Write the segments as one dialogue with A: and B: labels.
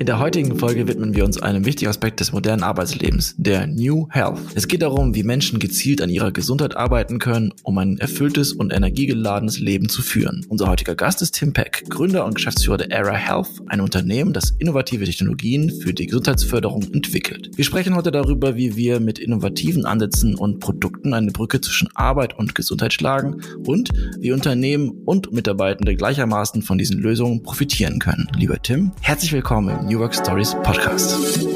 A: In der heutigen Folge widmen wir uns einem wichtigen Aspekt des modernen Arbeitslebens, der New Health. Es geht darum, wie Menschen gezielt an ihrer Gesundheit arbeiten können, um ein erfülltes und energiegeladenes Leben zu führen. Unser heutiger Gast ist Tim Peck, Gründer und Geschäftsführer der Era Health, ein Unternehmen, das innovative Technologien für die Gesundheitsförderung entwickelt. Wir sprechen heute darüber, wie wir mit innovativen Ansätzen und Produkten eine Brücke zwischen Arbeit und Gesundheit schlagen und wie Unternehmen und Mitarbeitende gleichermaßen von diesen Lösungen profitieren können. Lieber Tim, herzlich willkommen im New Work Stories Podcast.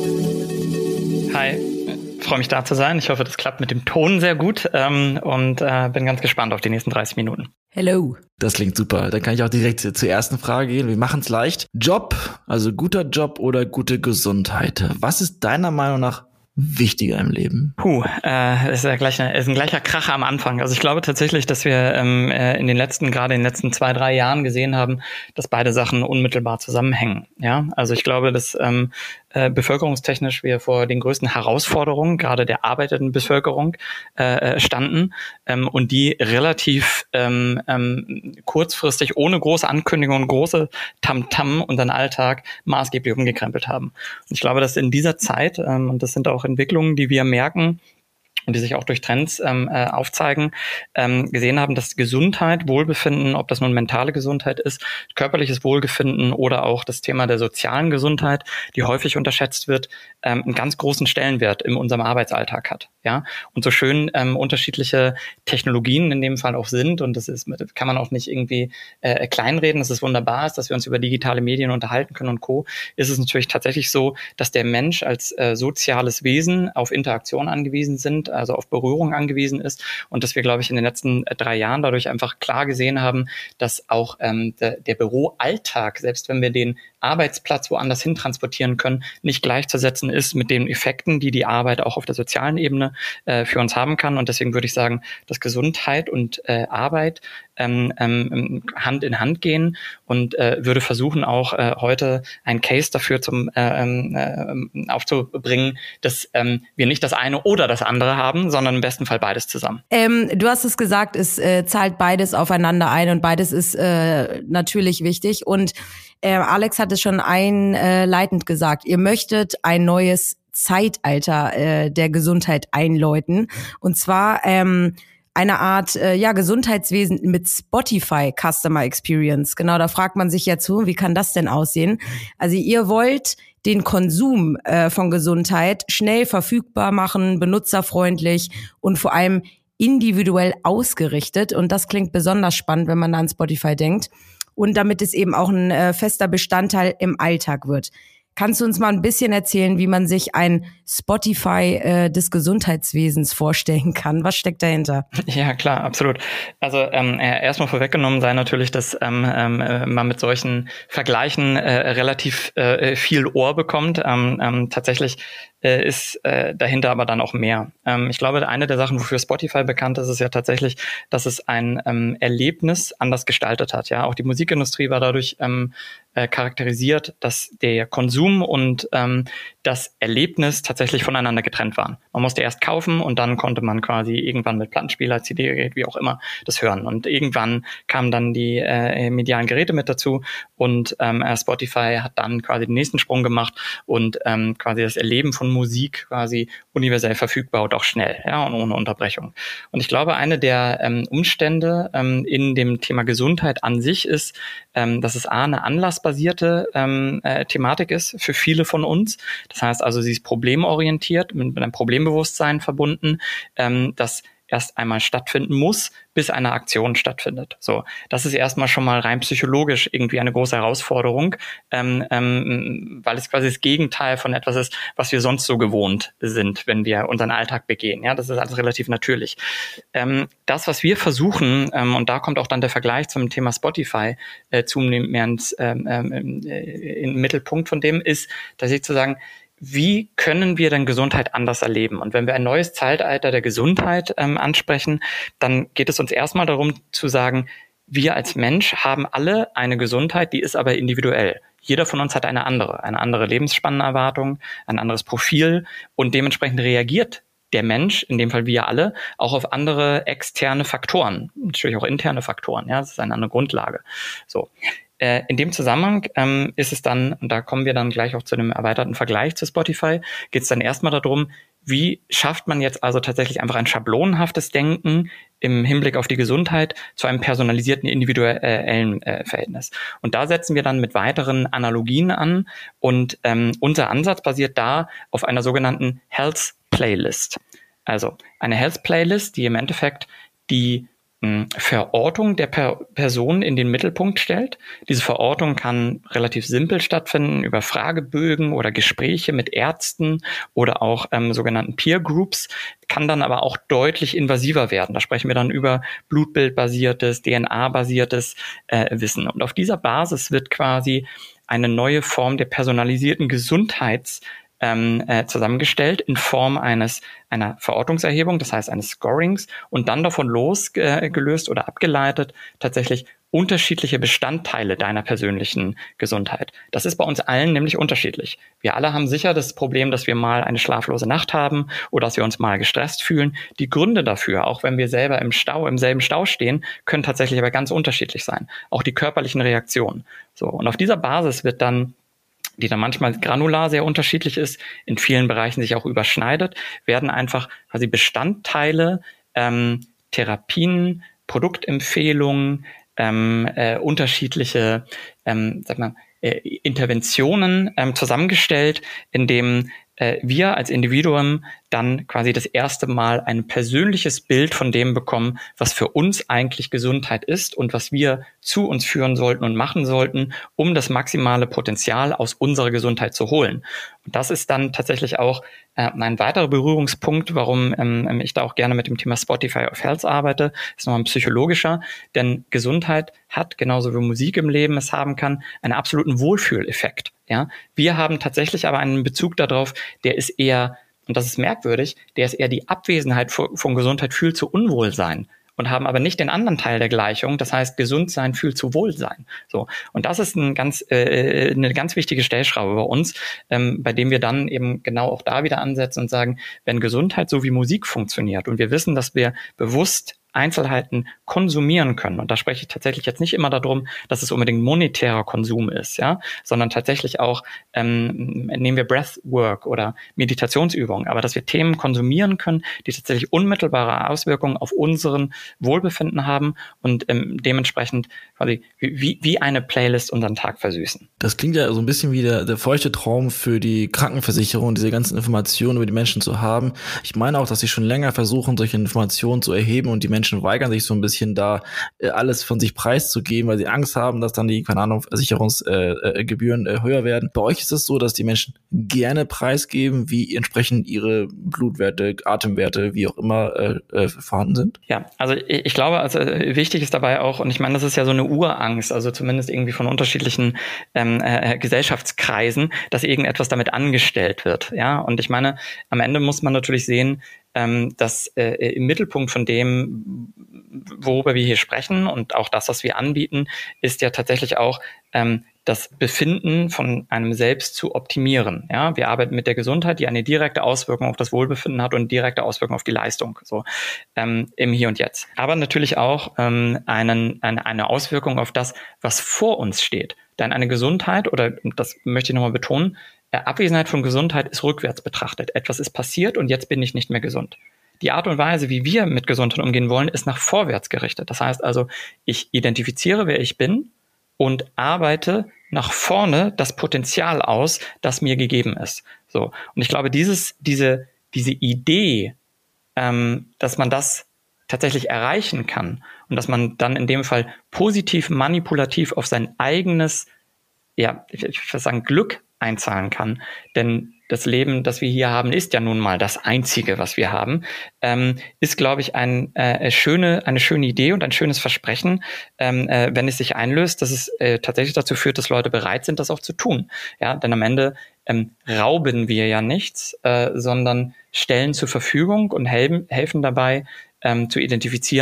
B: Hi, freue mich da zu sein. Ich hoffe, das klappt mit dem Ton sehr gut und bin ganz gespannt auf die nächsten 30 Minuten.
A: Hello. Das klingt super. Dann kann ich auch direkt zur ersten Frage gehen. Wir machen es leicht. Job, also guter Job oder gute Gesundheit. Was ist deiner Meinung nach wichtiger im Leben?
B: Ist ein gleicher Kracher am Anfang. Also ich glaube tatsächlich, dass wir gerade in den letzten 2-3 Jahren gesehen haben, dass beide Sachen unmittelbar zusammenhängen. Ja, also ich glaube, dass bevölkerungstechnisch wir vor den größten Herausforderungen, gerade der arbeitenden Bevölkerung, standen und die relativ kurzfristig, ohne große Ankündigungen, große Tamtam unseren Alltag maßgeblich umgekrempelt haben. Und ich glaube, dass in dieser Zeit, und das sind auch Entwicklungen, die wir merken, und die sich auch durch Trends aufzeigen, gesehen haben, dass Gesundheit, Wohlbefinden, ob das nun mentale Gesundheit ist, körperliches Wohlbefinden oder auch das Thema der sozialen Gesundheit, die häufig unterschätzt wird, einen ganz großen Stellenwert in unserem Arbeitsalltag hat. Ja, und so schön unterschiedliche Technologien in dem Fall auch sind, und das kann man auch nicht irgendwie kleinreden, dass es wunderbar ist, dass wir uns über digitale Medien unterhalten können und Co., ist es natürlich tatsächlich so, dass der Mensch als soziales Wesen auf Interaktion angewiesen sind, also auf Berührung angewiesen ist, und dass wir, glaube ich, in den letzten 3 Jahren dadurch einfach klar gesehen haben, dass auch der Büroalltag, selbst wenn wir den Arbeitsplatz woanders hin transportieren können, nicht gleichzusetzen ist mit den Effekten, die die Arbeit auch auf der sozialen Ebene für uns haben kann. Und deswegen würde ich sagen, dass Gesundheit und Arbeit Hand in Hand gehen, und würde versuchen, auch heute einen Case dafür aufzubringen, dass wir nicht das eine oder das andere haben, sondern im besten Fall beides zusammen.
C: Du hast es gesagt, es zahlt beides aufeinander ein und beides ist natürlich wichtig. Und Alex hat es schon einleitend gesagt, ihr möchtet ein neues Zeitalter der Gesundheit einläuten. Und zwar eine Art Gesundheitswesen mit Spotify Customer Experience. Genau, da fragt man sich jetzt, wie kann das denn aussehen? Also ihr wollt den Konsum von Gesundheit schnell verfügbar machen, benutzerfreundlich und vor allem individuell ausgerichtet. Und das klingt besonders spannend, wenn man an Spotify denkt. Und damit es eben auch ein fester Bestandteil im Alltag wird. Kannst du uns mal ein bisschen erzählen, wie man sich ein Spotify des Gesundheitswesens vorstellen kann? Was steckt dahinter?
B: Ja, klar, absolut. Also erstmal vorweggenommen sei natürlich, dass man mit solchen Vergleichen relativ viel Ohr bekommt. Tatsächlich ist dahinter aber dann auch mehr. Ich glaube, eine der Sachen, wofür Spotify bekannt ist, ist ja tatsächlich, dass es ein Erlebnis anders gestaltet hat. Ja, auch die Musikindustrie war dadurch charakterisiert, dass der Konsum und das Erlebnis tatsächlich voneinander getrennt waren. Man musste erst kaufen und dann konnte man quasi irgendwann mit Plattenspieler, CD-Gerät, wie auch immer, das hören. Und irgendwann kamen dann die medialen Geräte mit dazu, und Spotify hat dann quasi den nächsten Sprung gemacht und quasi das Erleben von Musik quasi universell verfügbar und auch schnell, ja, und ohne Unterbrechung. Und ich glaube, eine der Umstände in dem Thema Gesundheit an sich ist, dass es eine anlassbasierte Thematik ist für viele von uns. Das heißt also, sie ist problemorientiert, mit einem Problembewusstsein verbunden, das erst einmal stattfinden muss, bis eine Aktion stattfindet. So, das ist erstmal schon mal rein psychologisch irgendwie eine große Herausforderung, weil es quasi das Gegenteil von etwas ist, was wir sonst so gewohnt sind, wenn wir unseren Alltag begehen. Ja, das ist alles relativ natürlich. Das, was wir versuchen, und da kommt auch dann der Vergleich zum Thema Spotify zunehmend in den Mittelpunkt von dem, ist, dass ich zu sagen, wie können wir denn Gesundheit anders erleben? Und wenn wir ein neues Zeitalter der Gesundheit ansprechen, dann geht es uns erstmal darum zu sagen, wir als Mensch haben alle eine Gesundheit, die ist aber individuell. Jeder von uns hat eine andere Lebensspannenerwartung, ein anderes Profil, und dementsprechend reagiert der Mensch, in dem Fall wir alle, auch auf andere externe Faktoren, natürlich auch interne Faktoren. Ja, das ist eine andere Grundlage. So. In dem Zusammenhang ist es dann, und da kommen wir dann gleich auch zu einem erweiterten Vergleich zu Spotify, geht es dann erstmal darum, wie schafft man jetzt also tatsächlich einfach ein schablonenhaftes Denken im Hinblick auf die Gesundheit zu einem personalisierten, individuellen Verhältnis. Und da setzen wir dann mit weiteren Analogien an und unser Ansatz basiert da auf einer sogenannten Health Playlist. Also eine Health Playlist, die im Endeffekt die Verortung der Person in den Mittelpunkt stellt. Diese Verortung kann relativ simpel stattfinden über Fragebögen oder Gespräche mit Ärzten oder auch sogenannten Peer Groups, kann dann aber auch deutlich invasiver werden. Da sprechen wir dann über Blutbildbasiertes, DNA-basiertes Wissen. Und auf dieser Basis wird quasi eine neue Form der personalisierten Gesundheits zusammengestellt in Form einer Verortungserhebung, das heißt eines Scorings, und dann davon losgelöst oder abgeleitet tatsächlich unterschiedliche Bestandteile deiner persönlichen Gesundheit. Das ist bei uns allen nämlich unterschiedlich. Wir alle haben sicher das Problem, dass wir mal eine schlaflose Nacht haben oder dass wir uns mal gestresst fühlen. Die Gründe dafür, auch wenn wir selber im selben Stau stehen, können tatsächlich aber ganz unterschiedlich sein. Auch die körperlichen Reaktionen. So, und auf dieser Basis wird dann, die dann manchmal granular sehr unterschiedlich ist, in vielen Bereichen sich auch überschneidet, werden einfach quasi Bestandteile, Therapien, Produktempfehlungen, unterschiedliche Interventionen zusammengestellt, in dem wir als Individuum dann quasi das erste Mal ein persönliches Bild von dem bekommen, was für uns eigentlich Gesundheit ist und was wir zu uns führen sollten und machen sollten, um das maximale Potenzial aus unserer Gesundheit zu holen. Und das ist dann tatsächlich auch ein weiterer Berührungspunkt, warum ich da auch gerne mit dem Thema Spotify of Health arbeite, ist nochmal ein psychologischer, denn Gesundheit hat, genauso wie Musik im Leben es haben kann, einen absoluten Wohlfühleffekt. Ja, wir haben tatsächlich aber einen Bezug darauf, der ist eher, und das ist merkwürdig, der ist eher die Abwesenheit von Gesundheit führt zu Unwohlsein und haben aber nicht den anderen Teil der Gleichung, das heißt, Gesundsein führt zu Wohlsein. So, und das ist eine ganz wichtige Stellschraube bei uns, bei dem wir dann eben genau auch da wieder ansetzen und sagen, wenn Gesundheit so wie Musik funktioniert und wir wissen, dass wir bewusst Einzelheiten konsumieren können. Und da spreche ich tatsächlich jetzt nicht immer darum, dass es unbedingt monetärer Konsum ist, ja, sondern tatsächlich auch, nehmen wir Breathwork oder Meditationsübungen, aber dass wir Themen konsumieren können, die tatsächlich unmittelbare Auswirkungen auf unseren Wohlbefinden haben und dementsprechend quasi wie eine Playlist unseren Tag versüßen.
A: Das klingt ja so ein bisschen wie der feuchte Traum für die Krankenversicherung, diese ganzen Informationen über die Menschen zu haben. Ich meine auch, dass sie schon länger versuchen, solche Informationen zu erheben und die Menschen weigern sich so ein bisschen da alles von sich preiszugeben, weil sie Angst haben, dass dann die, keine Ahnung, Versicherungsgebühren höher werden. Bei euch ist es so, dass die Menschen gerne preisgeben, wie entsprechend ihre Blutwerte, Atemwerte, wie auch immer vorhanden sind?
B: Ja, also ich glaube, also wichtig ist dabei auch, und ich meine, das ist ja so eine Urangst, also zumindest irgendwie von unterschiedlichen Gesellschaftskreisen, dass irgendetwas damit angestellt wird. Ja, und ich meine, am Ende muss man natürlich sehen, dass im Mittelpunkt von dem, worüber wir hier sprechen und auch das, was wir anbieten, ist ja tatsächlich auch das Befinden von einem selbst zu optimieren. Ja, wir arbeiten mit der Gesundheit, die eine direkte Auswirkung auf das Wohlbefinden hat und direkte Auswirkung auf die Leistung, so im Hier und Jetzt. Aber natürlich auch eine Auswirkung auf das, was vor uns steht. Denn eine Gesundheit, oder das möchte ich nochmal betonen, Abwesenheit von Gesundheit ist rückwärts betrachtet. Etwas ist passiert und jetzt bin ich nicht mehr gesund. Die Art und Weise, wie wir mit Gesundheit umgehen wollen, ist nach vorwärts gerichtet. Das heißt also, ich identifiziere, wer ich bin und arbeite nach vorne das Potenzial aus, das mir gegeben ist. So. Und ich glaube, diese Idee, dass man das tatsächlich erreichen kann und dass man dann in dem Fall positiv manipulativ auf sein eigenes, ja, ich würde sagen, Glück einzahlen kann. Denn das Leben, das wir hier haben, ist ja nun mal das Einzige, was wir haben, ist, glaube ich, eine schöne Idee und ein schönes Versprechen, wenn es sich einlöst, dass es tatsächlich dazu führt, dass Leute bereit sind, das auch zu tun. Ja, denn am Ende rauben wir ja nichts, sondern stellen zur Verfügung und helfen dabei, zu identifizieren,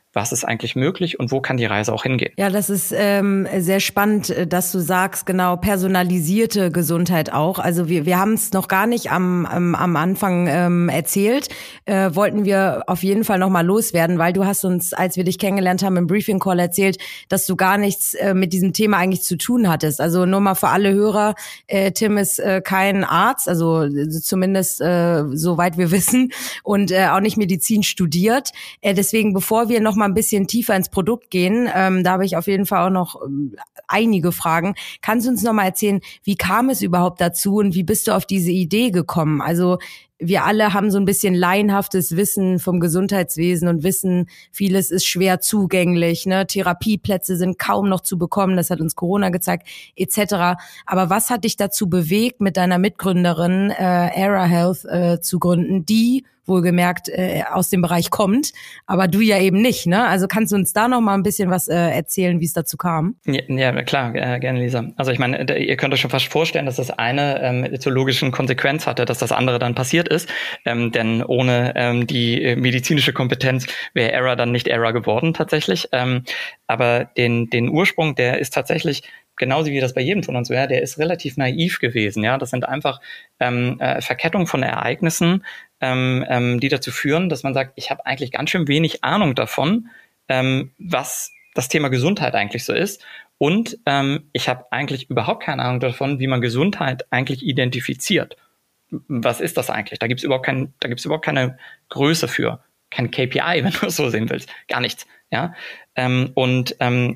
B: was ist eigentlich möglich und wo kann die Reise auch hingehen.
C: Ja, das ist sehr spannend, dass du sagst, genau, personalisierte Gesundheit auch. Also wir haben es noch gar nicht am Anfang erzählt, wollten wir auf jeden Fall nochmal loswerden, weil du hast uns, als wir dich kennengelernt haben, im Briefing Call erzählt, dass du gar nichts mit diesem Thema eigentlich zu tun hattest. Also nur mal für alle Hörer, Tim ist kein Arzt, also zumindest soweit wir wissen, und auch nicht Medizin studiert. Deswegen, bevor wir noch mal ein bisschen tiefer ins Produkt gehen, da habe ich auf jeden Fall auch noch einige Fragen. Kannst du uns noch mal erzählen, wie kam es überhaupt dazu und wie bist du auf diese Idee gekommen? Also wir alle haben so ein bisschen laienhaftes Wissen vom Gesundheitswesen und wissen, vieles ist schwer zugänglich, ne? Therapieplätze sind kaum noch zu bekommen, das hat uns Corona gezeigt, etc. Aber was hat dich dazu bewegt, mit deiner Mitgründerin Era Health zu gründen, die wohlgemerkt aus dem Bereich kommt, aber du ja eben nicht, ne? Also kannst du uns da noch mal ein bisschen was erzählen, wie es dazu kam?
B: Ja, klar, gerne, Lisa. Also ich meine, ihr könnt euch schon fast vorstellen, dass das eine zur logischen Konsequenz hatte, dass das andere dann passiert ist, denn ohne die medizinische Kompetenz wäre Era dann nicht Era geworden tatsächlich. Aber den Ursprung, der ist tatsächlich genauso wie das bei jedem von uns wäre, der ist relativ naiv gewesen. Ja, das sind einfach Verkettungen von Ereignissen, die dazu führen, dass man sagt, ich habe eigentlich ganz schön wenig Ahnung davon, was das Thema Gesundheit eigentlich so ist. Und ich habe eigentlich überhaupt keine Ahnung davon, wie man Gesundheit eigentlich identifiziert. Was ist das eigentlich? Da gibt's überhaupt keine Größe für, kein KPI, wenn du es so sehen willst, gar nichts. Ja, dann,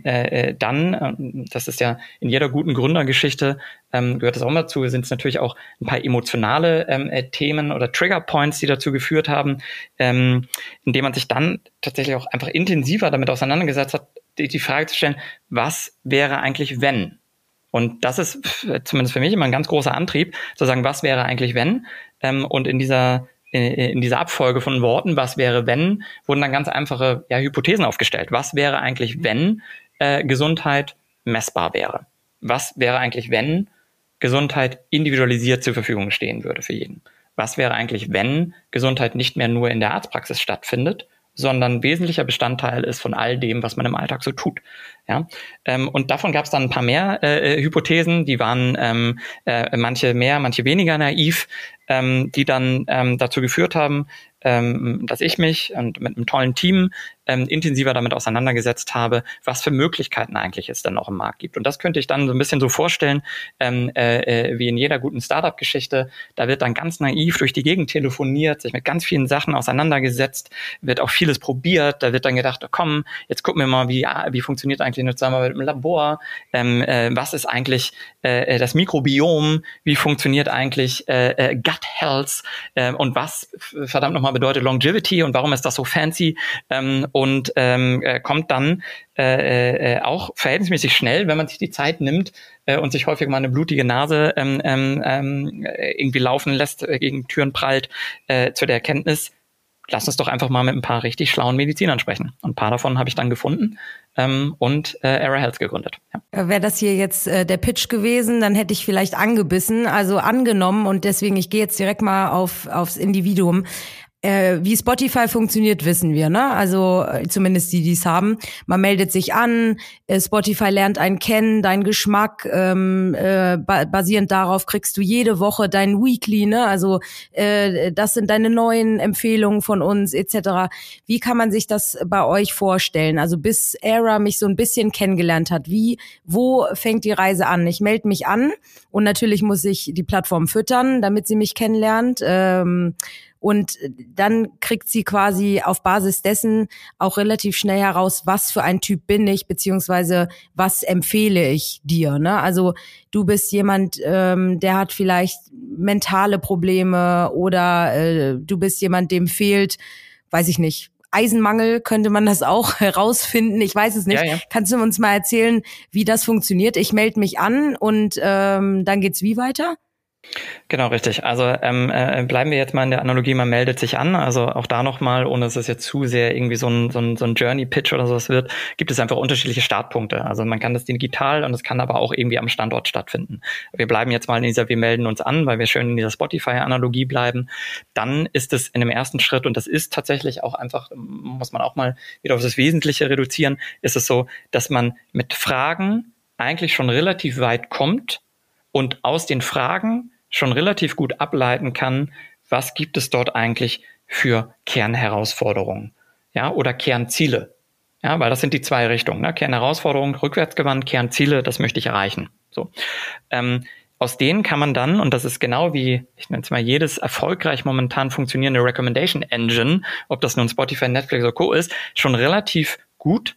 B: das ist ja in jeder guten Gründergeschichte, gehört das auch mal dazu, sind es natürlich auch ein paar emotionale Themen oder Triggerpoints, die dazu geführt haben, indem man sich dann tatsächlich auch einfach intensiver damit auseinandergesetzt hat, die Frage zu stellen, was wäre eigentlich, wenn? Und das ist zumindest für mich immer ein ganz großer Antrieb, zu sagen, was wäre eigentlich, wenn? Und in dieser Abfolge von Worten, was wäre, wenn, wurden dann ganz einfache Hypothesen aufgestellt. Was wäre eigentlich, wenn Gesundheit messbar wäre? Was wäre eigentlich, wenn Gesundheit individualisiert zur Verfügung stehen würde für jeden? Was wäre eigentlich, wenn Gesundheit nicht mehr nur in der Arztpraxis stattfindet, sondern wesentlicher Bestandteil ist von all dem, was man im Alltag so tut. Ja, und davon gab es dann ein paar mehr Hypothesen, die waren manche mehr, manche weniger naiv, die dann dazu geführt haben, dass ich mich und mit einem tollen Team intensiver damit auseinandergesetzt habe, was für Möglichkeiten eigentlich es dann auch im Markt gibt. Und das könnte ich dann so ein bisschen so vorstellen, wie in jeder guten Startup-Geschichte. Da wird dann ganz naiv durch die Gegend telefoniert, sich mit ganz vielen Sachen auseinandergesetzt, wird auch vieles probiert. Da wird dann gedacht, oh, komm, jetzt gucken wir mal, wie funktioniert eigentlich eine Zusammenarbeit im Labor? Was ist eigentlich das Mikrobiom? Wie funktioniert eigentlich Gut Health? Und was verdammt nochmal bedeutet Longevity und warum ist das so fancy? Und kommt dann auch verhältnismäßig schnell, wenn man sich die Zeit nimmt und sich häufig mal eine blutige Nase irgendwie laufen lässt, gegen Türen prallt, zu der Erkenntnis, lass uns doch einfach mal mit ein paar richtig schlauen Medizinern sprechen. Und ein paar davon habe ich dann gefunden und Era Health gegründet. Ja.
C: Wäre das hier jetzt der Pitch gewesen, dann hätte ich vielleicht angebissen, also angenommen, und deswegen, ich gehe jetzt direkt mal aufs Individuum. Wie Spotify funktioniert, wissen wir, ne? Also zumindest die es haben. Man meldet sich an, Spotify lernt einen kennen, deinen Geschmack, basierend darauf kriegst du jede Woche dein Weekly, ne? Also das sind deine neuen Empfehlungen von uns etc. Wie kann man sich das bei euch vorstellen? Also bis Era mich so ein bisschen kennengelernt hat, wo fängt die Reise an? Ich melde mich an und natürlich muss ich die Plattform füttern, damit sie mich kennenlernt. Und dann kriegt sie quasi auf Basis dessen auch relativ schnell heraus, was für ein Typ bin ich, beziehungsweise was empfehle ich dir, ne? Also du bist jemand, der hat vielleicht mentale Probleme oder du bist jemand, dem fehlt, weiß ich nicht, Eisenmangel, könnte man das auch herausfinden, ich weiß es nicht. Ja. Kannst du uns mal erzählen, wie das funktioniert? Ich melde mich an und dann geht's wie weiter?
B: Genau, richtig. Also bleiben wir jetzt mal in der Analogie, man meldet sich an. Also auch da nochmal, ohne dass es jetzt zu sehr irgendwie so ein Journey-Pitch oder sowas wird, gibt es einfach unterschiedliche Startpunkte. Also man kann das digital und es kann aber auch irgendwie am Standort stattfinden. Wir bleiben jetzt mal in dieser, wir melden uns an, weil wir schön in dieser Spotify-Analogie bleiben. Dann ist es in dem ersten Schritt, und das ist tatsächlich auch einfach, muss man auch mal wieder auf das Wesentliche reduzieren, ist es so, dass man mit Fragen eigentlich schon relativ weit kommt und aus den Fragen schon relativ gut ableiten kann, was gibt es dort eigentlich für Kernherausforderungen, ja, oder Kernziele. Ja, weil das sind die zwei Richtungen, ne? Kernherausforderungen, rückwärtsgewandt, Kernziele, das möchte ich erreichen. So. Aus denen kann man dann, und das ist genau wie, ich nenne es mal, jedes erfolgreich momentan funktionierende Recommendation Engine, ob das nun Spotify, Netflix oder Co. ist, schon relativ gut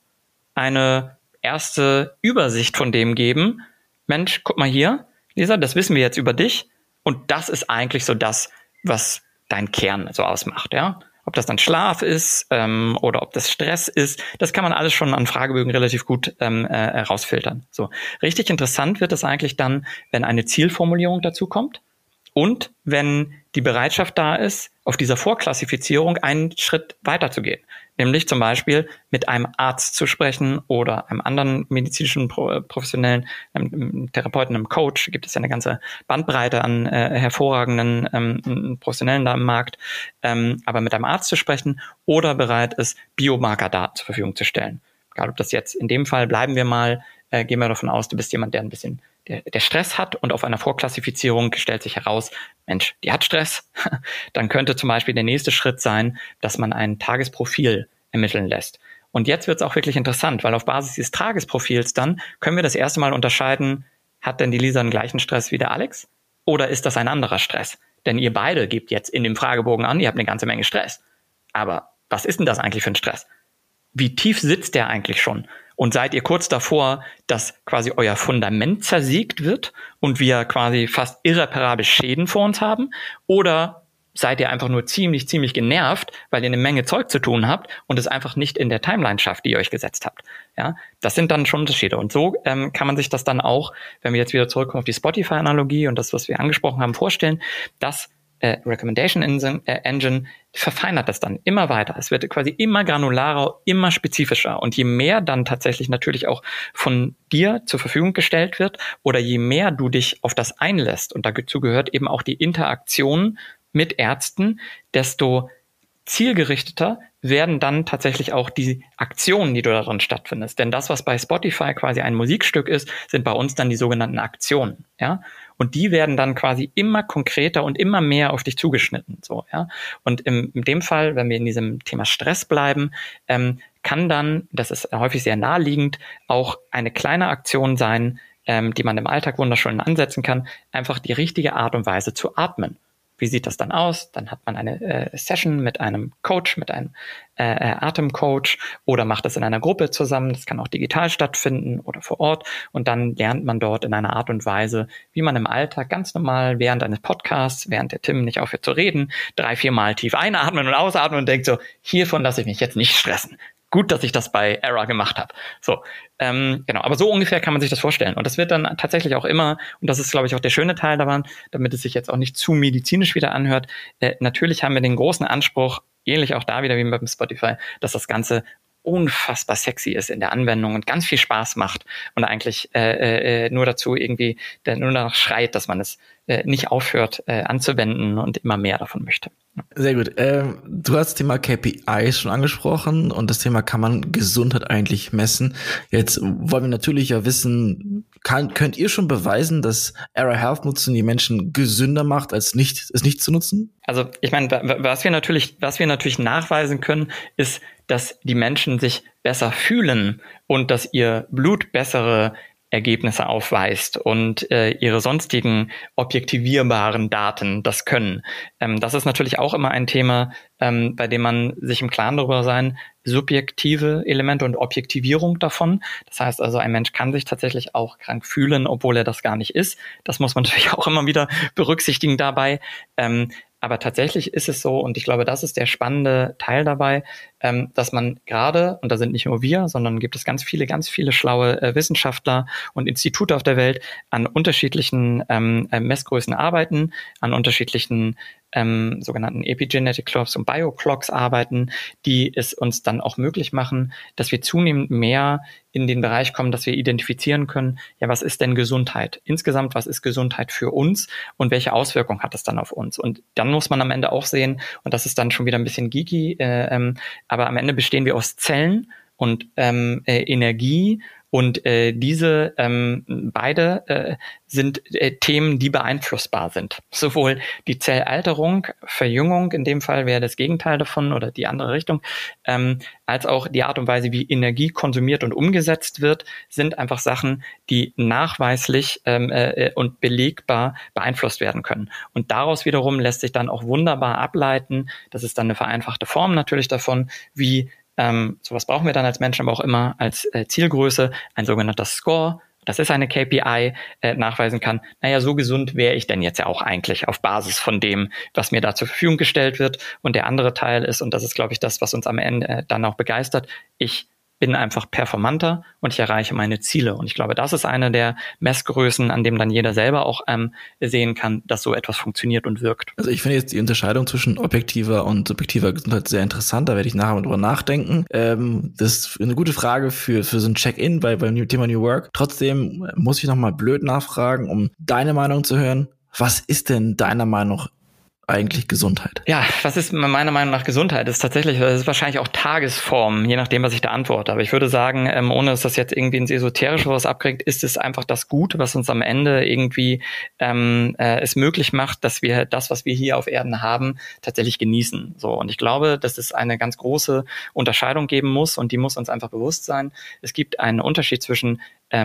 B: eine erste Übersicht von dem geben. Mensch, guck mal hier, Lisa, das wissen wir jetzt über dich. Und das ist eigentlich so das, was dein Kern so ausmacht, ja. Ob das dann Schlaf ist oder ob das Stress ist, das kann man alles schon an Fragebögen relativ gut herausfiltern. So, richtig interessant wird es eigentlich dann, wenn eine Zielformulierung dazu kommt und wenn die Bereitschaft da ist, auf dieser Vorklassifizierung einen Schritt weiterzugehen. Nämlich zum Beispiel mit einem Arzt zu sprechen oder einem anderen medizinischen Professionellen, einem Therapeuten, einem Coach. Gibt es ja eine ganze Bandbreite an hervorragenden Professionellen da im Markt. Aber mit einem Arzt zu sprechen oder bereit ist, Biomarkerdaten zur Verfügung zu stellen. Egal, ob das jetzt in dem Fall, bleiben wir mal, gehen wir davon aus, du bist jemand, der ein bisschen der Stress hat und auf einer Vorklassifizierung stellt sich heraus, Mensch, die hat Stress. Dann könnte zum Beispiel der nächste Schritt sein, dass man ein Tagesprofil ermitteln lässt. Und jetzt wird es auch wirklich interessant, weil auf Basis dieses Tagesprofils dann können wir das erste Mal unterscheiden, hat denn die Lisa den gleichen Stress wie der Alex oder ist das ein anderer Stress? Denn ihr beide gebt jetzt in dem Fragebogen an, ihr habt eine ganze Menge Stress. Aber was ist denn das eigentlich für ein Stress? Wie tief sitzt der eigentlich schon? Und seid ihr kurz davor, dass quasi euer Fundament zersiegt wird und wir quasi fast irreparable Schäden vor uns haben? Oder seid ihr einfach nur ziemlich genervt, weil ihr eine Menge Zeug zu tun habt und es einfach nicht in der Timeline schafft, die ihr euch gesetzt habt? Ja, das sind dann schon Unterschiede. Und so kann man sich das dann auch, wenn wir jetzt wieder zurückkommen auf die Spotify-Analogie und das, was wir angesprochen haben, vorstellen, dass Recommendation Engine verfeinert das dann immer weiter. Es wird quasi immer granularer, immer spezifischer. Und je mehr dann tatsächlich natürlich auch von dir zur Verfügung gestellt wird oder je mehr du dich auf das einlässt, und dazu gehört eben auch die Interaktion mit Ärzten, desto zielgerichteter werden dann tatsächlich auch die Aktionen, die du darin stattfindest. Denn das, was bei Spotify quasi ein Musikstück ist, sind bei uns dann die sogenannten Aktionen. Ja? Und die werden dann quasi immer konkreter und immer mehr auf dich zugeschnitten. So, ja. Und in dem Fall, wenn wir in diesem Thema Stress bleiben, kann dann, das ist häufig sehr naheliegend, auch eine kleine Aktion sein, die man im Alltag wunderschön ansetzen kann, einfach die richtige Art und Weise zu atmen. Wie sieht das dann aus? Dann hat man eine Session mit einem Coach, mit einem Atemcoach oder macht das in einer Gruppe zusammen. Das kann auch digital stattfinden oder vor Ort. Und dann lernt man dort in einer Art und Weise, wie man im Alltag ganz normal während eines Podcasts, während der Tim nicht aufhört zu reden, 3-4 Mal tief einatmen und ausatmen und denkt so, hiervon lasse ich mich jetzt nicht stressen. Gut, dass ich das bei Era gemacht habe. So, genau. Aber so ungefähr kann man sich das vorstellen. Und das wird dann tatsächlich auch immer, und das ist, glaube ich, auch der schöne Teil daran, damit es sich jetzt auch nicht zu medizinisch wieder anhört, natürlich haben wir den großen Anspruch, ähnlich auch da wieder wie beim Spotify, dass das Ganze unfassbar sexy ist in der Anwendung und ganz viel Spaß macht und eigentlich nur dazu irgendwie, nur danach schreit, dass man es nicht aufhört anzuwenden und immer mehr davon möchte.
A: Sehr gut. Du hast das Thema KPIs schon angesprochen und das Thema, kann man Gesundheit eigentlich messen? Jetzt wollen wir natürlich ja wissen, könnt ihr schon beweisen, dass Era Health nutzen die Menschen gesünder macht, als es nicht zu nutzen?
B: Also ich meine, was wir natürlich nachweisen können, ist, dass die Menschen sich besser fühlen und dass ihr Blut bessere Ergebnisse aufweist und ihre sonstigen objektivierbaren Daten das können. Das ist natürlich auch immer ein Thema, bei dem man sich im Klaren darüber sein, subjektive Elemente und Objektivierung davon. Das heißt also, ein Mensch kann sich tatsächlich auch krank fühlen, obwohl er das gar nicht ist. Das muss man natürlich auch immer wieder berücksichtigen dabei. Aber tatsächlich ist es so, und ich glaube, das ist der spannende Teil dabei, dass man gerade, und da sind nicht nur wir, sondern gibt es ganz viele schlaue Wissenschaftler und Institute auf der Welt, an unterschiedlichen Messgrößen arbeiten, an unterschiedlichen sogenannten Epigenetic Clocks und Bioclocks arbeiten, die es uns dann auch möglich machen, dass wir zunehmend mehr in den Bereich kommen, dass wir identifizieren können, ja, was ist denn Gesundheit? Insgesamt, was ist Gesundheit für uns und welche Auswirkungen hat es dann auf uns? Und dann muss man am Ende auch sehen, und das ist dann schon wieder ein bisschen geeky, aber am Ende bestehen wir aus Zellen und Energie. Und diese beide sind Themen, die beeinflussbar sind. Sowohl die Zellalterung, Verjüngung, in dem Fall wäre das Gegenteil davon oder die andere Richtung, als auch die Art und Weise, wie Energie konsumiert und umgesetzt wird, sind einfach Sachen, die nachweislich und belegbar beeinflusst werden können. Und daraus wiederum lässt sich dann auch wunderbar ableiten, das ist dann eine vereinfachte Form natürlich davon, wie sowas brauchen wir dann als Menschen aber auch immer als Zielgröße, ein sogenannter Score. Das ist eine KPI, nachweisen kann, naja, so gesund wäre ich denn jetzt ja auch eigentlich auf Basis von dem, was mir da zur Verfügung gestellt wird. Und der andere Teil ist, und das ist, glaube ich, das, was uns am Ende dann auch begeistert, ich bin einfach performanter und ich erreiche meine Ziele. Und ich glaube, das ist eine der Messgrößen, an dem dann jeder selber auch sehen kann, dass so etwas funktioniert und wirkt.
A: Also ich finde jetzt die Unterscheidung zwischen objektiver und subjektiver Gesundheit sehr interessant. Da werde ich nachher mal drüber nachdenken. Das ist eine gute Frage für so ein Check-in beim Thema New Work. Trotzdem muss ich nochmal blöd nachfragen, um deine Meinung zu hören. Was ist denn deiner Meinung nach eigentlich Gesundheit?
B: Ja, was ist meiner Meinung nach Gesundheit? Das ist wahrscheinlich auch Tagesform, je nachdem, was ich da antworte. Aber ich würde sagen, ohne dass das jetzt irgendwie ins Esoterische was abkriegt, ist es einfach das Gute, was uns am Ende irgendwie es möglich macht, dass wir das, was wir hier auf Erden haben, tatsächlich genießen. So, und ich glaube, dass es eine ganz große Unterscheidung geben muss und die muss uns einfach bewusst sein. Es gibt einen Unterschied zwischen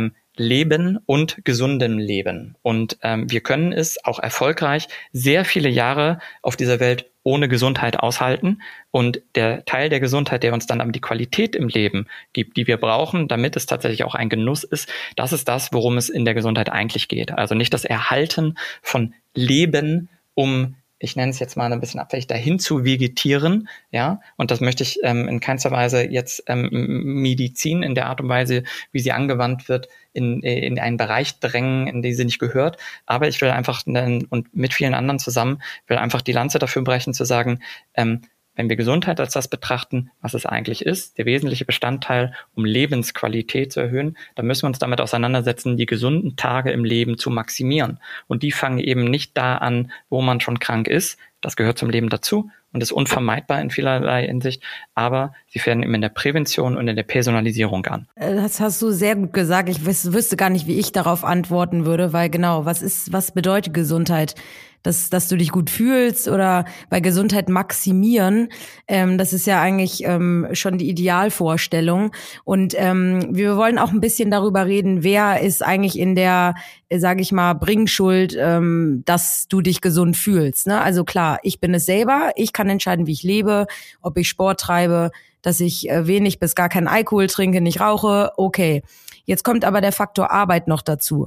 B: Leben und gesundem Leben. Und wir können es auch erfolgreich sehr viele Jahre auf dieser Welt ohne Gesundheit aushalten. Und der Teil der Gesundheit, der uns dann aber die Qualität im Leben gibt, die wir brauchen, damit es tatsächlich auch ein Genuss ist, das ist das, worum es in der Gesundheit eigentlich geht. Also nicht das Erhalten von Leben, um, ich nenne es jetzt mal ein bisschen abfällig, dahin zu vegetieren, ja, und das möchte ich in keinster Weise jetzt Medizin in der Art und Weise, wie sie angewandt wird, in einen Bereich drängen, in den sie nicht gehört, aber ich will einfach, und mit vielen anderen zusammen, will einfach die Lanze dafür brechen, zu sagen, wenn wir Gesundheit als das betrachten, was es eigentlich ist, der wesentliche Bestandteil, um Lebensqualität zu erhöhen, dann müssen wir uns damit auseinandersetzen, die gesunden Tage im Leben zu maximieren. Und die fangen eben nicht da an, wo man schon krank ist. Das gehört zum Leben dazu und ist unvermeidbar in vielerlei Hinsicht. Aber sie fängen eben in der Prävention und in der Personalisierung an.
C: Das hast du sehr gut gesagt. Ich wüsste gar nicht, wie ich darauf antworten würde, weil genau, was bedeutet Gesundheit? Dass du dich gut fühlst oder bei Gesundheit maximieren, das ist ja eigentlich schon die Idealvorstellung. Und wir wollen auch ein bisschen darüber reden, wer ist eigentlich in der, sage ich mal, Bringschuld, dass du dich gesund fühlst. Ne? Also klar, ich bin es selber, ich kann entscheiden, wie ich lebe, ob ich Sport treibe, dass ich wenig bis gar keinen Alkohol trinke, nicht rauche, okay. Jetzt kommt aber der Faktor Arbeit noch dazu.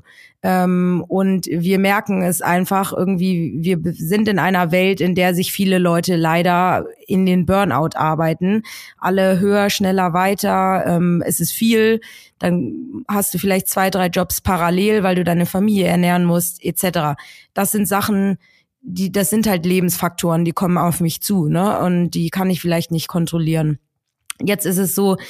C: Und wir merken es einfach irgendwie, wir sind in einer Welt, in der sich viele Leute leider in den Burnout arbeiten. Alle höher, schneller, weiter. Es ist viel. Dann hast du vielleicht 2, 3 Jobs parallel, weil du deine Familie ernähren musst, etc. Das sind Sachen, das sind halt Lebensfaktoren, die kommen auf mich zu, ne? Und die kann ich vielleicht nicht kontrollieren. Jetzt ist es so,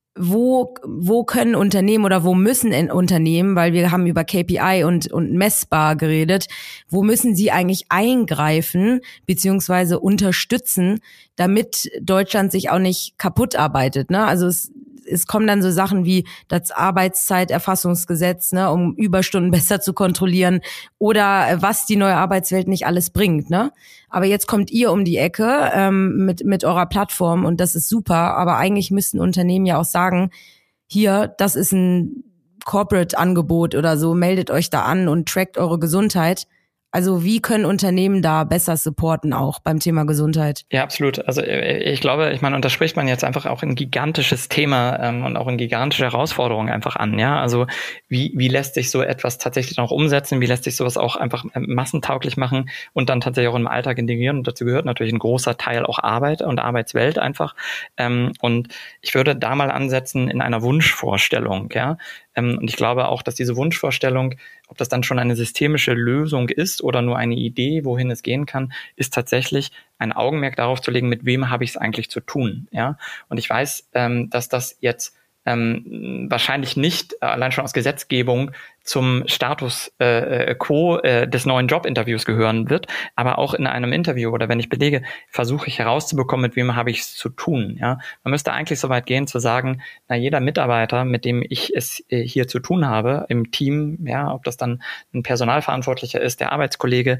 C: wo können Unternehmen oder wo müssen Unternehmen, weil wir haben über KPI und messbar geredet, wo müssen sie eigentlich eingreifen beziehungsweise unterstützen, damit Deutschland sich auch nicht kaputt arbeitet, ne? Also es kommen dann so Sachen wie das Arbeitszeiterfassungsgesetz, ne, um Überstunden besser zu kontrollieren oder was die neue Arbeitswelt nicht alles bringt, ne? Aber jetzt kommt ihr um die Ecke mit eurer Plattform und das ist super, aber eigentlich müssten Unternehmen ja auch sagen, hier, das ist ein Corporate-Angebot oder so, meldet euch da an und trackt eure Gesundheit. Also wie können Unternehmen da besser supporten auch beim Thema Gesundheit?
B: Ja, absolut. Also ich glaube, und da spricht man jetzt einfach auch ein gigantisches Thema und auch eine gigantische Herausforderung einfach an. Ja, also wie lässt sich so etwas tatsächlich noch umsetzen? Wie lässt sich sowas auch einfach massentauglich machen und dann tatsächlich auch im Alltag integrieren? Und dazu gehört natürlich ein großer Teil auch Arbeit und Arbeitswelt einfach. Und ich würde da mal ansetzen in einer Wunschvorstellung. Ja, und ich glaube auch, dass diese Wunschvorstellung, ob das dann schon eine systemische Lösung ist oder nur eine Idee, wohin es gehen kann, ist tatsächlich ein Augenmerk darauf zu legen, mit wem habe ich es eigentlich zu tun. Ja, und ich weiß, dass das jetzt wahrscheinlich nicht allein schon aus Gesetzgebung zum Status quo des neuen Jobinterviews gehören wird, aber auch in einem Interview oder wenn ich belege, versuche ich herauszubekommen, mit wem habe ich es zu tun. Ja, man müsste eigentlich so weit gehen zu sagen, jeder Mitarbeiter, mit dem ich es hier zu tun habe im Team, ja, ob das dann ein Personalverantwortlicher ist, der Arbeitskollege,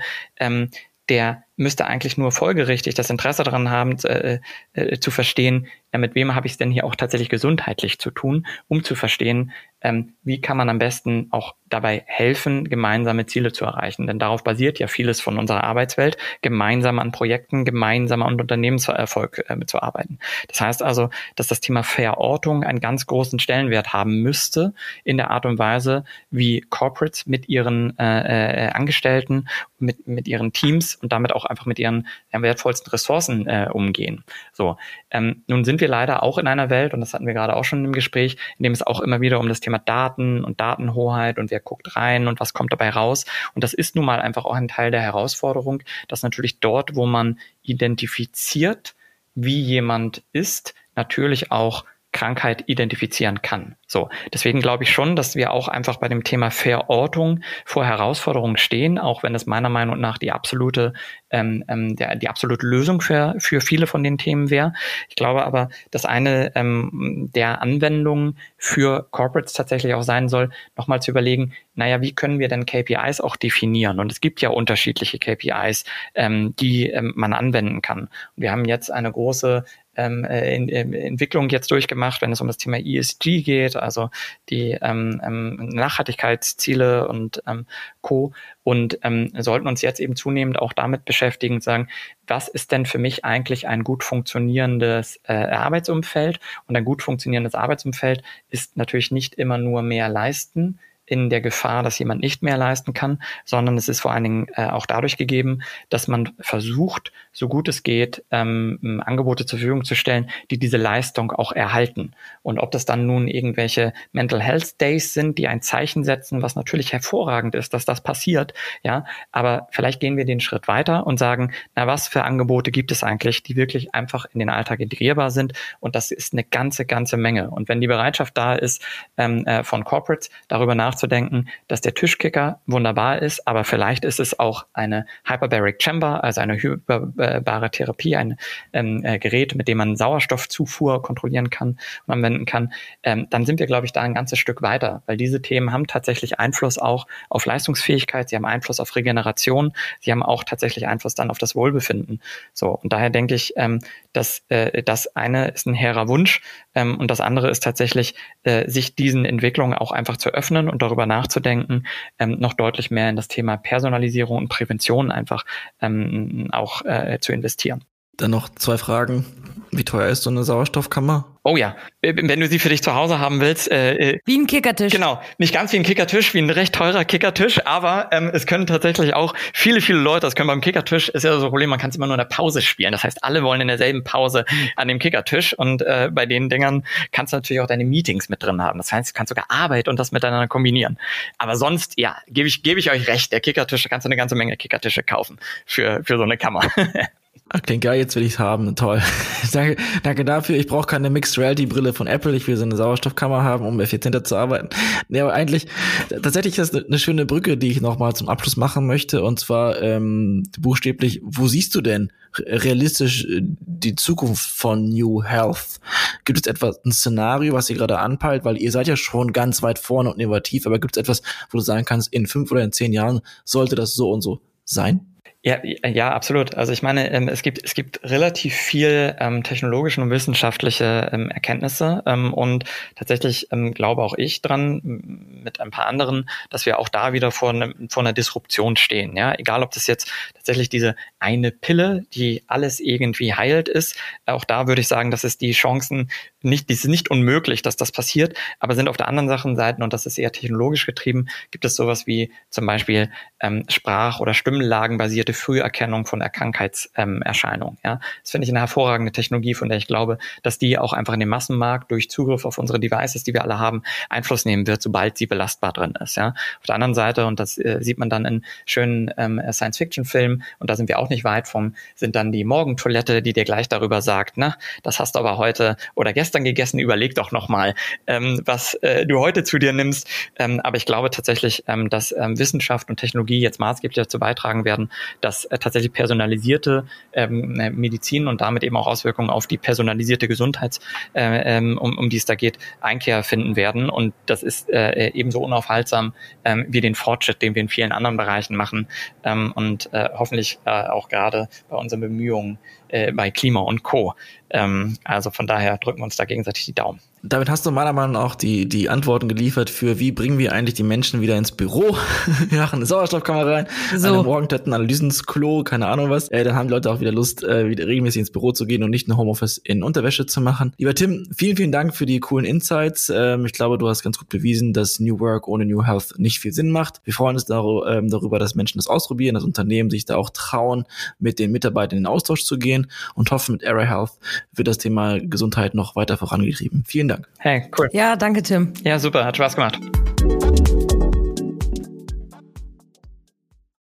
B: der müsste eigentlich nur folgerichtig das Interesse daran haben, zu verstehen, mit wem habe ich es denn hier auch tatsächlich gesundheitlich zu tun, um zu verstehen, wie kann man am besten auch dabei helfen, gemeinsame Ziele zu erreichen. Denn darauf basiert ja vieles von unserer Arbeitswelt, gemeinsam an Projekten, gemeinsam an Unternehmenserfolg zu arbeiten. Das heißt also, dass das Thema Verortung einen ganz großen Stellenwert haben müsste in der Art und Weise, wie Corporates mit ihren Angestellten, mit ihren Teams und damit auch einfach mit ihren wertvollsten Ressourcen umgehen. So, nun sind wir leider auch in einer Welt, und das hatten wir gerade auch schon im Gespräch, in dem es auch immer wieder um das Thema Daten und Datenhoheit und wer guckt rein und was kommt dabei raus. Und das ist nun mal einfach auch ein Teil der Herausforderung, dass natürlich dort, wo man identifiziert, wie jemand ist, natürlich auch Krankheit identifizieren kann. So, deswegen glaube ich schon, dass wir auch einfach bei dem Thema Verortung vor Herausforderungen stehen, auch wenn es meiner Meinung nach die absolute Lösung für viele von den Themen wäre. Ich glaube aber, dass eine der Anwendungen für Corporates tatsächlich auch sein soll, nochmal zu überlegen, wie können wir denn KPIs auch definieren? Und es gibt ja unterschiedliche KPIs, die man anwenden kann. Und wir haben jetzt eine große Entwicklung jetzt durchgemacht, wenn es um das Thema ESG geht, also die Nachhaltigkeitsziele und Co. Und sollten uns jetzt eben zunehmend auch damit beschäftigen, sagen, was ist denn für mich eigentlich ein gut funktionierendes Arbeitsumfeld? Und ein gut funktionierendes Arbeitsumfeld ist natürlich nicht immer nur mehr leisten, in der Gefahr, dass jemand nicht mehr leisten kann, sondern es ist vor allen Dingen auch dadurch gegeben, dass man versucht, so gut es geht, Angebote zur Verfügung zu stellen, die diese Leistung auch erhalten. Und ob das dann nun irgendwelche Mental Health Days sind, die ein Zeichen setzen, was natürlich hervorragend ist, dass das passiert, ja, aber vielleicht gehen wir den Schritt weiter und sagen, was für Angebote gibt es eigentlich, die wirklich einfach in den Alltag integrierbar sind, und das ist eine ganze Menge. Und wenn die Bereitschaft da ist, von Corporates darüber nachzudenken, dass der Tischkicker wunderbar ist, aber vielleicht ist es auch eine Hyperbaric Chamber, also eine hyperbare Therapie, ein Gerät, mit dem man Sauerstoffzufuhr kontrollieren kann und anwenden kann, dann sind wir, glaube ich, da ein ganzes Stück weiter, weil diese Themen haben tatsächlich Einfluss auch auf Leistungsfähigkeit, sie haben Einfluss auf Regeneration, sie haben auch tatsächlich Einfluss dann auf das Wohlbefinden. So, und daher denke ich, dass das eine ist ein hehrer Wunsch und das andere ist tatsächlich, sich diesen Entwicklungen auch einfach zu öffnen und darüber nachzudenken, noch deutlich mehr in das Thema Personalisierung und Prävention einfach auch zu investieren.
A: Dann noch 2 Fragen. Wie teuer ist so eine Sauerstoffkammer?
B: Oh ja, wenn du sie für dich zu Hause haben willst.
C: Wie ein Kickertisch.
B: Genau, nicht ganz wie ein Kickertisch, wie ein recht teurer Kickertisch, aber es können tatsächlich auch viele Leute, das können beim Kickertisch, ist ja so ein Problem, man kann es immer nur in der Pause spielen. Das heißt, alle wollen in derselben Pause an dem Kickertisch und bei den Dingern kannst du natürlich auch deine Meetings mit drin haben. Das heißt, du kannst sogar Arbeit und das miteinander kombinieren. Aber sonst, ja, gebe ich euch recht, der Kickertisch, da kannst du eine ganze Menge Kickertische kaufen für so eine Kammer.
A: Klingt geil, jetzt will ich's haben. Toll. Danke dafür. Ich brauche keine Mixed Reality Brille von Apple. Ich will so eine Sauerstoffkammer haben, um effizienter zu arbeiten. Nee, aber eigentlich, tatsächlich ist das eine schöne Brücke, die ich nochmal zum Abschluss machen möchte. Und zwar buchstäblich, wo siehst du denn realistisch die Zukunft von New Health? Gibt es etwas, ein Szenario, was ihr gerade anpeilt? Weil ihr seid ja schon ganz weit vorne und innovativ, aber gibt es etwas, wo du sagen kannst, in 5 oder in 10 Jahren sollte das so und so sein?
B: Ja, absolut. Also ich meine, es gibt relativ viel technologische und wissenschaftliche Erkenntnisse und tatsächlich glaube auch ich dran mit ein paar anderen, dass wir auch da wieder vor einer Disruption stehen. Ja, egal ob das jetzt tatsächlich diese eine Pille, die alles irgendwie heilt ist. Auch da würde ich sagen, dass es die Chancen die sind nicht unmöglich, dass das passiert, aber sind auf der anderen Seite, und das ist eher technologisch getrieben, gibt es sowas wie zum Beispiel Sprach- oder Stimmlagenbasierte Früherkennung von Krankheitserscheinungen. Ja, das finde ich eine hervorragende Technologie, von der ich glaube, dass die auch einfach in den Massenmarkt durch Zugriff auf unsere Devices, die wir alle haben, Einfluss nehmen wird, sobald sie belastbar drin ist. Ja, auf der anderen Seite, und das sieht man dann in schönen Science-Fiction-Filmen, und da sind wir auch nicht weit vom, sind dann die Morgentoilette, die dir gleich darüber sagt, na, das hast du aber heute oder gestern gegessen, überleg doch nochmal, was du heute zu dir nimmst. Aber ich glaube tatsächlich, dass Wissenschaft und Technologie jetzt maßgeblich dazu beitragen werden, dass tatsächlich personalisierte Medizin und damit eben auch Auswirkungen auf die personalisierte Gesundheit, um die es da geht, Einkehr finden werden. Und das ist ebenso unaufhaltsam wie den Fortschritt, den wir in vielen anderen Bereichen machen und hoffentlich auch gerade bei unseren Bemühungen bei Klima und Co. Also von daher drücken wir uns da gegenseitig die Daumen.
A: Damit hast du meiner Meinung nach auch die Antworten geliefert für, wie bringen wir eigentlich die Menschen wieder ins Büro, wir machen eine Sauerstoffkammer rein, eine Morgentoiletten, Analysen ins Klo, keine Ahnung was. Dann haben die Leute auch wieder Lust, wieder regelmäßig ins Büro zu gehen und nicht ein Homeoffice in Unterwäsche zu machen. Lieber Tim, vielen, vielen Dank für die coolen Insights. Ich glaube, du hast ganz gut bewiesen, dass New Work ohne New Health nicht viel Sinn macht. Wir freuen uns darüber, dass Menschen das ausprobieren, dass Unternehmen sich da auch trauen, mit den Mitarbeitern in den Austausch zu gehen, und hoffen, mit Array Health wird das Thema Gesundheit noch weiter vorangetrieben. Vielen Dank.
B: Hey, cool.
C: Ja, danke, Tim.
B: Ja, super, hat Spaß gemacht.